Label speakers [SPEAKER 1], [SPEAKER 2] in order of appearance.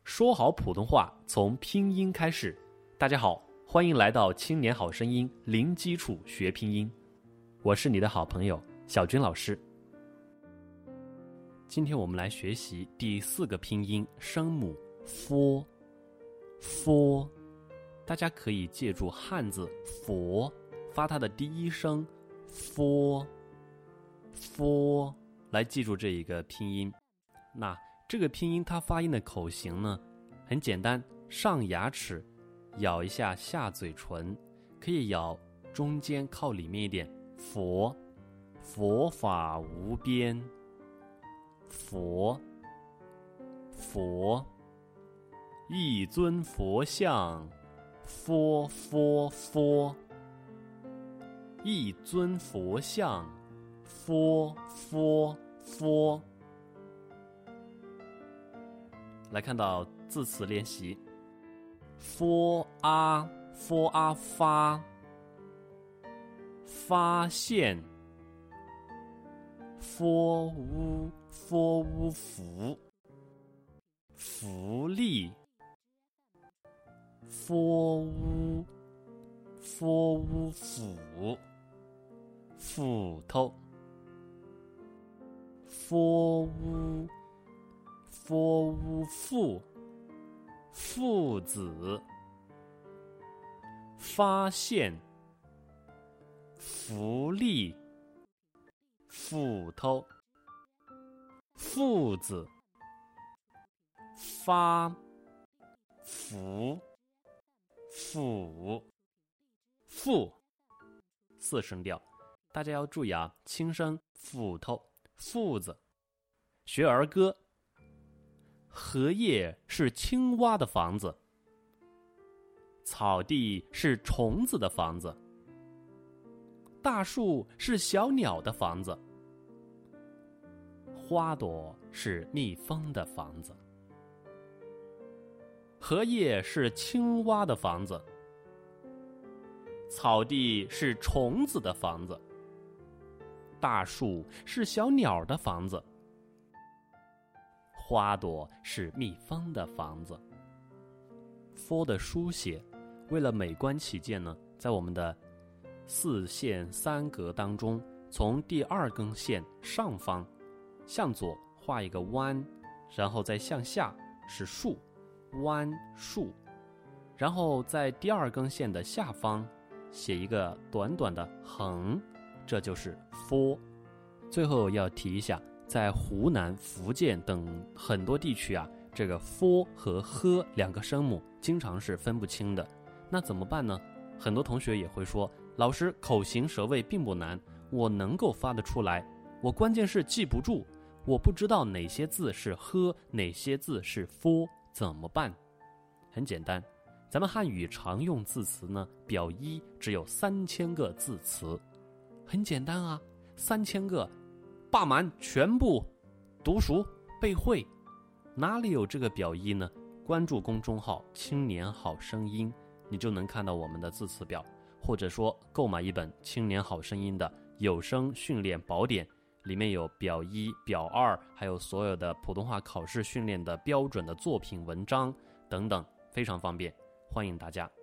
[SPEAKER 1] 说好普通话从拼音开始。大家好，欢迎来到青年好声音零基础学拼音，我是你的好朋友小军老师。今天我们来学习第4个拼音声母 f， 大家可以借助汉字佛发它的第一声 f 来记住这一个拼音。那这个拼音它发音的口型呢很简单，上牙齿咬一下下嘴唇，可以咬中间靠里面一点，佛法无边，佛一尊佛像，佛一尊佛像，佛。来看到字词练习，发现，福利，斧头，父子，发现，福利，斧头，父子，发，福，父，4声调，大家要注意啊，轻声，斧头，父子。学儿歌，荷叶是青蛙的房子，草地是虫子的房子，大树是小鸟的房子，花朵是蜜蜂的房子。荷叶是青蛙的房子，草地是虫子的房子，大树是小鸟的房子，花朵是蜜蜂的房子。f 的书写，为了美观起见呢，在我们的4线3格当中，从第2根线上方向左画一个弯，然后再向下是竖，弯竖，然后在第2根线的下方写一个短短的横，这就是 f。 最后要提一下，在湖南、福建等很多地区啊，这个 f 和 h 2个声母经常是分不清的。那怎么办呢？很多同学也会说，老师，口型舌位并不难，我能够发得出来，我关键是记不住，我不知道哪些字是 h， 哪些字是 f， 怎么办？很简单，咱们汉语常用字词呢，表一只有3000个字词，很简单啊，3000个霸满全部读熟背会，哪里有这个表一呢？关注公众号青年好声音，你就能看到我们的字词表，或者说购买一本青年好声音的有声训练宝典，里面有表1表2，还有所有的普通话考试训练的标准的作品文章等等，非常方便，欢迎大家